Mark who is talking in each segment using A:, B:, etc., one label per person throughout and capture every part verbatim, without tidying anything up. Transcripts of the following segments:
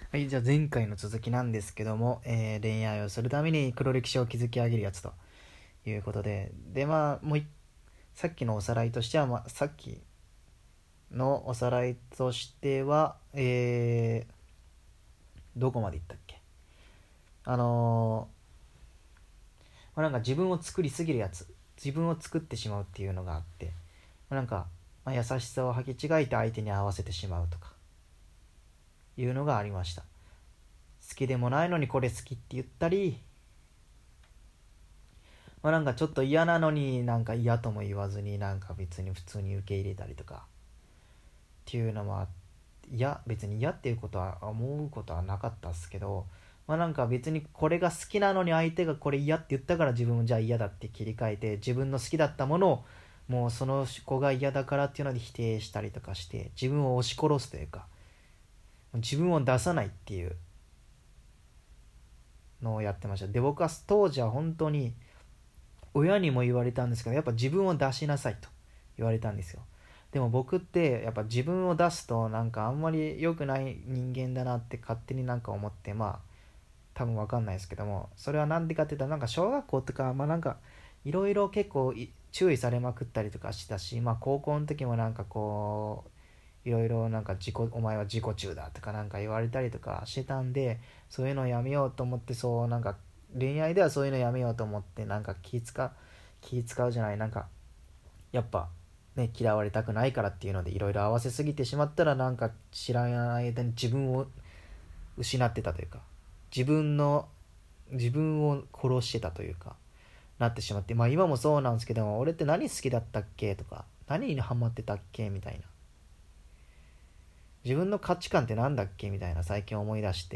A: はい、じゃあ前回の続きなんですけども、えー恋愛をするために黒歴史を築き上げるやつということで、で、まあ、もういさっきのおさらいとしては、まあ、さっきのおさらいとしては、えーどこまでいったっけ。あのーまあ、なんか自分を作りすぎるやつ、自分を作ってしまうっていうのがあって、まあ、なんか、まあ、優しさを履き違えて相手に合わせてしまうとかいうのがありました。好きでもないのにこれ好きって言ったり、まあ、なんかちょっと嫌なのになんか嫌とも言わずになんか別に普通に受け入れたりとかっていうのもあって、いや別に嫌っていうことは思うことはなかったっすけど、まあなんか別にこれが好きなのに相手がこれ嫌って言ったから自分もじゃあ嫌だって切り替えて、自分の好きだったものをもうその子が嫌だからっていうので否定したりとかして自分を押し殺すというか、自分を出さないっていうのをやってました。で僕は当時は本当に親にも言われたんですけど、やっぱ自分を出しなさいと言われたんですよ。でも僕ってやっぱ自分を出すとなんかあんまり良くない人間だなって勝手になんか思って、まあ多分わかんないですけども、それはなんでかって言ったらなんか小学校とかまあなんかいろいろ結構注意されまくったりとかしたし、まあ高校の時もなんかこういろいろなんか自己お前は自己中だとかなんか言われたりとかしてたんで、そういうのをやめようと思って、そうなんか恋愛ではそういうのやめようと思ってなんか気使う気使うじゃない、なんかやっぱね嫌われたくないからっていうのでいろいろ合わせすぎてしまったらなんか知らない間に自分を失ってたというか、自分の自分を殺してたというかなってしまって、まあ今もそうなんですけど、俺って何好きだったっけとか何にハマってたっけみたいな、自分の価値観ってなんだっけみたいな最近思い出して、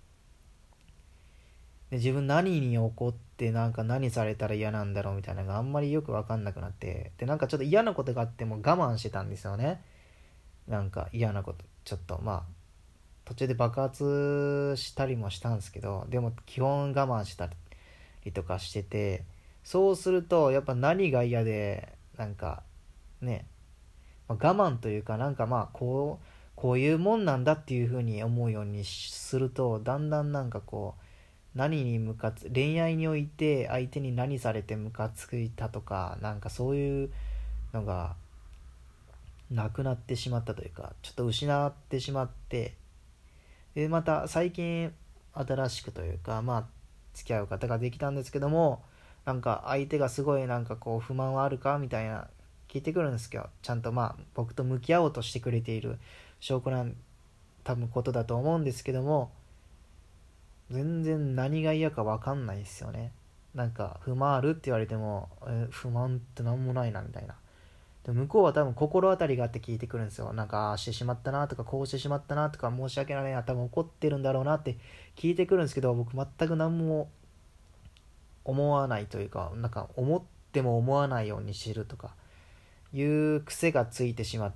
A: で自分何に怒ってなんか何されたら嫌なんだろうみたいなのがあんまりよく分かんなくなって、でなんかちょっと嫌なことがあっても我慢してたんですよね。なんか嫌なことちょっとまあ途中で爆発したりもしたんですけど、でも基本我慢したりとかしてて、そうするとやっぱ何が嫌でなんかね、まあ我慢というかなんかまあこうこういうもんなんだっていう風に思うようにすると、だんだんなんかこう何にムカつ恋愛において相手に何されてムカついたとかなんかそういうのがなくなってしまったというか、ちょっと失ってしまって、でまた最近新しくというかまあ付き合う方ができたんですけども、なんか相手がすごいなんかこう不満はあるかみたいな聞いてくるんですけど、ちゃんとまあ僕と向き合おうとしてくれている証拠なん多分ことだと思うんですけども、全然何が嫌か分かんないですよね。なんか不満あるって言われても、え不満って何もないなみたいな。でも向こうは多分心当たりがあって聞いてくるんですよ。なんかああしてしまったなとかこうしてしまったなとか申し訳ないな、多分怒ってるんだろうなって聞いてくるんですけど、僕全く何も思わないというか、なんか思っても思わないように知るとかいう癖がついてしまって、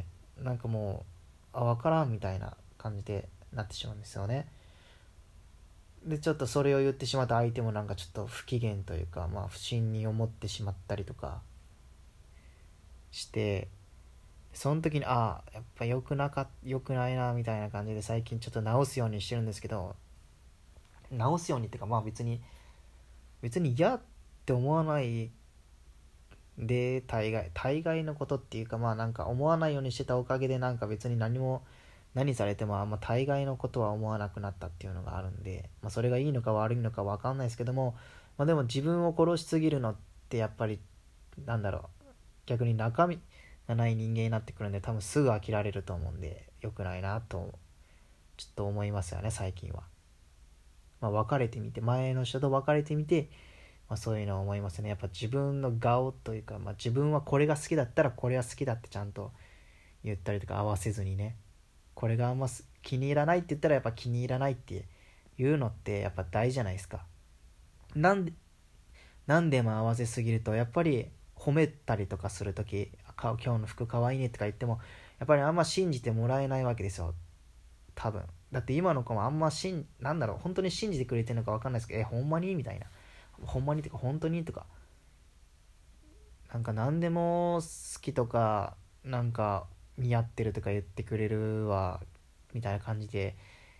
A: なんかもうあ分からんみたいな感じでなってしまうんですよね。でちょっとそれを言ってしまった相手もなんかちょっと不機嫌というか、まあ不審に思ってしまったりとかして、その時にああやっぱ良くなか良くないなみたいな感じで最近ちょっと直すようにしてるんですけど、直すようにっていうかまあ別に別に嫌って思わないで、大概大概のことっていうか、まあなんか思わないようにしてたおかげでなんか別に何も何されてもあんま大概のことは思わなくなったっていうのがあるんで、まあ、それがいいのか悪いのか分かんないですけども、まあ、でも自分を殺しすぎるのってやっぱりなんだろう、逆に中身がない人間になってくるんで多分すぐ飽きられると思うんで良くないなとちょっと思いますよね最近は。まあ、別れてみて前の人と別れてみて、まあ、そういうのを思いますね。やっぱ自分の顔というか、まあ、自分はこれが好きだったらこれは好きだってちゃんと言ったりとか合わせずにね、これがあんま気に入らないって言ったらやっぱ気に入らないっていうのってやっぱ大事じゃないですか。なんで何でも合わせすぎるとやっぱり褒めたりとかするとき、今日の服かわいいねとか言ってもやっぱりあんま信じてもらえないわけですよ多分。だって今の子もあんましんなんだろう本当に信じてくれてるのか分かんないですけど、えほんまにみたいな、ほんまにとか本当にとか、なんか何でも好きとかなんか似合ってるとか言ってくれるわみたいな感じで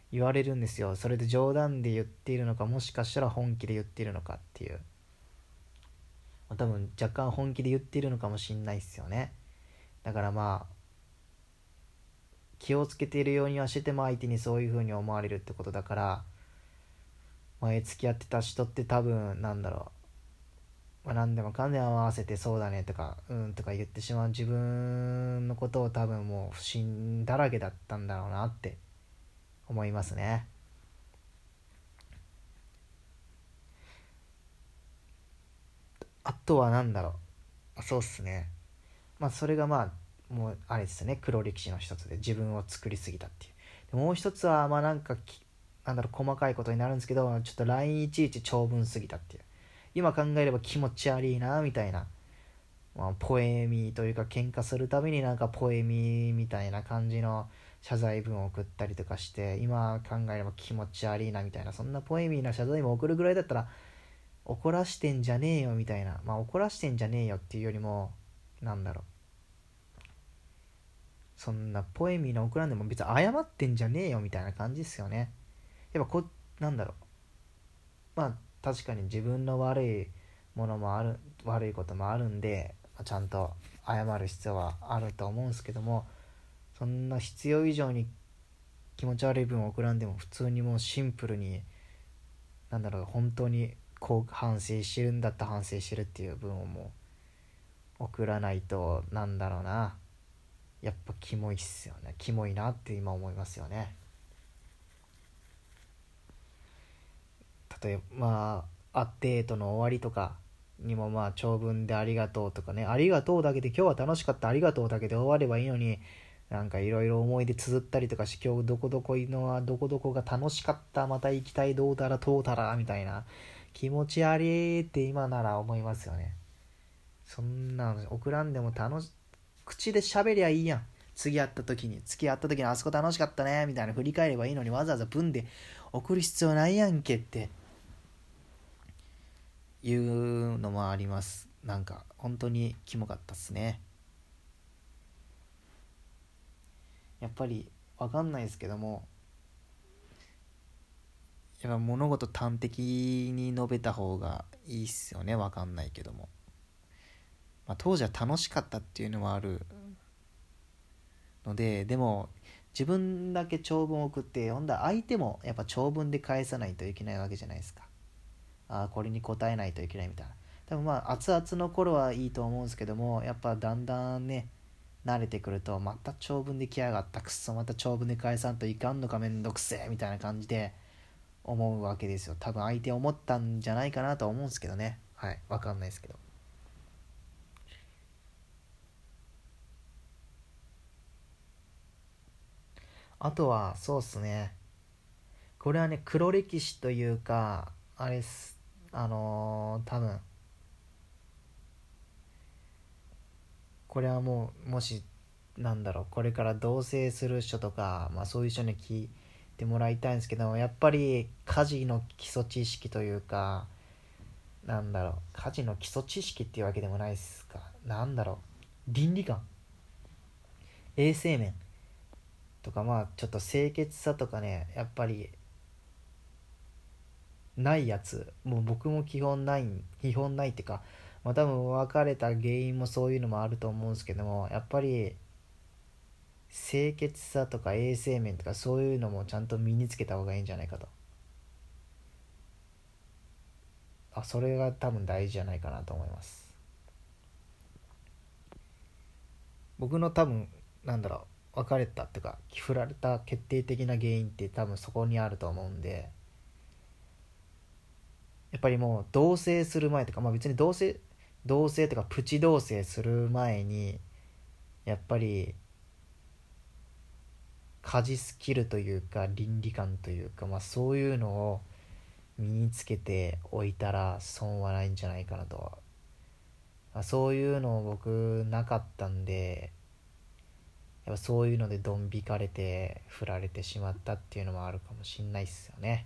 A: 言われるんですよ。それで冗談で言っているのか、もしかしたら本気で言っているのかっていう、多分若干本気で言っているのかもしんないっすよね。だからまあ気をつけているようにはしても相手にそういう風に思われるってことだから、前付き合ってた人って多分なんだろう、まあ、何でもかんでも合わせてそうだねとかうんとか言ってしまう自分のことを多分もう不信だらけだったんだろうなって思いますね。あとはなんだろう、そうっすね、まあそれがまあもうあれですよね、黒歴史の一つで自分を作りすぎたっていう。でもう一つはまあなんかきなんだろう細かいことになるんですけど、ちょっと ライン いちいち長文すぎたっていう、今考えれば気持ち悪いなみたいな、まあ、ポエミーというか喧嘩するたびになんかポエミーみたいな感じの謝罪文を送ったりとかして、今考えれば気持ち悪いなみたいな、そんなポエミーな謝罪文送るぐらいだったら怒らしてんじゃねえよみたいな、まあ怒らしてんじゃねえよっていうよりもなんだろう、そんなポエミーの送らんでも別に謝ってんじゃねえよみたいな感じですよね。やっぱこなんだろう、まあ確かに自分の悪いものもある、悪いこともあるんでちゃんと謝る必要はあると思うんですけども、そんな必要以上に気持ち悪い文を送らんでも普通にもうシンプルになんだろう、本当にこう反省してるんだったら反省してるっていう文をもう送らないと、なんだろうな、やっぱキモいっすよね、キモいなって今思いますよね。例えばまあアッデートの終わりとかにもまあ長文でありがとうとかね、ありがとうだけで今日は楽しかったありがとうだけで終わればいいのに、なんかいろいろ思い出綴ったりとかし、今日どこどこいのはどこどこが楽しかった、また行きたい、どうだらどうだらみたいな、気持ち悪いって今なら思いますよね。そんなの送らんでも楽し口で喋りゃいいやん。次会った時に付き合った時にあそこ楽しかったねみたいな振り返ればいいのに、わざわざ文で送る必要ないやんけっていうのもあります。なんか本当にキモかったっすね。やっぱりわかんないですけども、やっぱ物事端的に述べた方がいいっすよね。わかんないけども、まあ、当時は楽しかったっていうのはあるので、でも自分だけ長文を送って読んだ相手もやっぱ長文で返さないといけないわけじゃないですか。あ、これに答えないといけないみたいな。多分まあ熱々の頃はいいと思うんですけども、やっぱだんだんね慣れてくると、また長文で来やがった、くっそまた長文で返さんといかんのか、めんどくせえみたいな感じで思うわけですよ。多分相手思ったんじゃないかなとは思うんですけどね。はい、わかんないですけど。あとはそうっすね、これはね黒歴史というかあれっす、あのー多分これはもうもしなんだろう、これから同棲する人とか、まあ、そういう人に聞いてもらいたいんですけど、やっぱり家事の基礎知識というか、なんだろう、家事の基礎知識っていうわけでもないですか、なんだろう、倫理観、衛生面とか、まあちょっと清潔さとかね、やっぱりないやつ、もう僕も基本ない基本ないっていうか、まあ多分別れた原因もそういうのもあると思うんですけども、やっぱり清潔さとか衛生面とかそういうのもちゃんと身につけた方がいいんじゃないかと、あ、それが多分大事じゃないかなと思います。僕の多分なんだろう、別れたっていうか振られた決定的な原因って多分そこにあると思うんで、やっぱりもう同棲する前とか、まあ別に同棲同棲とかプチ同棲する前にやっぱり家事スキルというか倫理観というか、まあそういうのを身につけておいたら損はないんじゃないかなと、まあ、そういうのを僕なかったんで、やっぱそういうのでドン引かれて振られてしまったっていうのもあるかもしんないっすよね。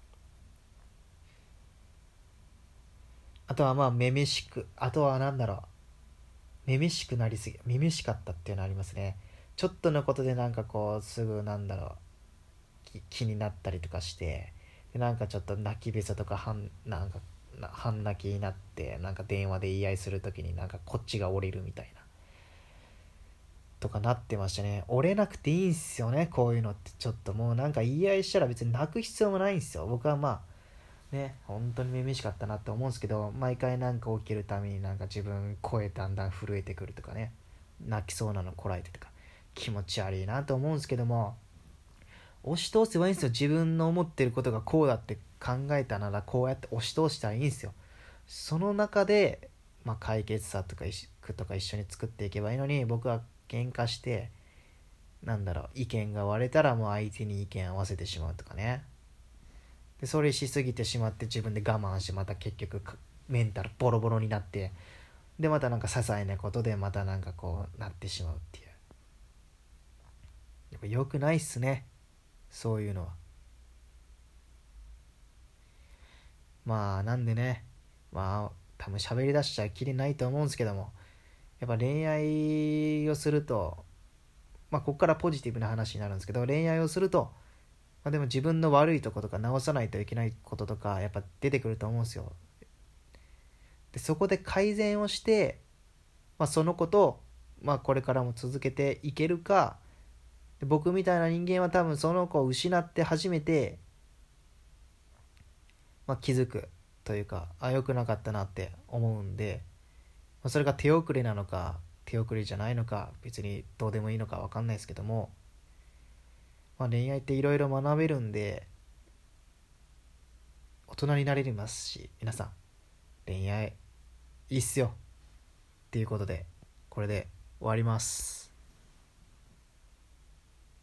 A: あとはまあめめしく、あとはなんだろう、めめしくなりすぎ、めめしかったっていうのありますね。ちょっとのことでなんかこうすぐなんだろう、 気になったりとかして、でなんかちょっと泣きべそとか半なんか半泣きになって、なんか電話で言い合いするときになんかこっちが折れるみたいなとかなってましたね。折れなくていいんすよね、こういうのって。ちょっともうなんか言い合いしたら別に泣く必要もないんですよ。僕はまあね、本当にめめしかったなって思うんですけど、毎回なんか起きるためになんか自分声だんだん震えてくるとかね、泣きそうなのこらえてとか気持ち悪いなと思うんですけども、押し通せばいいんですよ。自分の思ってることがこうだって考えたならこうやって押し通したらいいんですよ。その中で、まあ、解決策とかとか一緒に作っていけばいいのに、僕は喧嘩してなんだろう意見が割れたらもう相手に意見合わせてしまうとかね。でそれしすぎてしまって自分で我慢してまた結局メンタルボロボロになって、でまたなんか些細なことでまたなんかこうなってしまうっていう、やっぱ良くないっすね、そういうのは。まあなんでね、まあ多分喋り出しちゃきりないと思うんですけども、やっぱ恋愛をすると、まあここからポジティブな話になるんですけど、恋愛をすると、まあ、でも自分の悪いとことか直さないといけないこととかやっぱ出てくると思うんですよ。でそこで改善をして、まあ、そのことを、まあ、これからも続けていけるか。で僕みたいな人間は多分その子を失って初めて、まあ、気づくというか、あ良くなかったなって思うんで、まあ、それが手遅れなのか手遅れじゃないのか別にどうでもいいのか分かんないですけども、まあ、恋愛っていろいろ学べるんで大人になれますし、皆さん恋愛いいっすよっていうことで、これで終わります。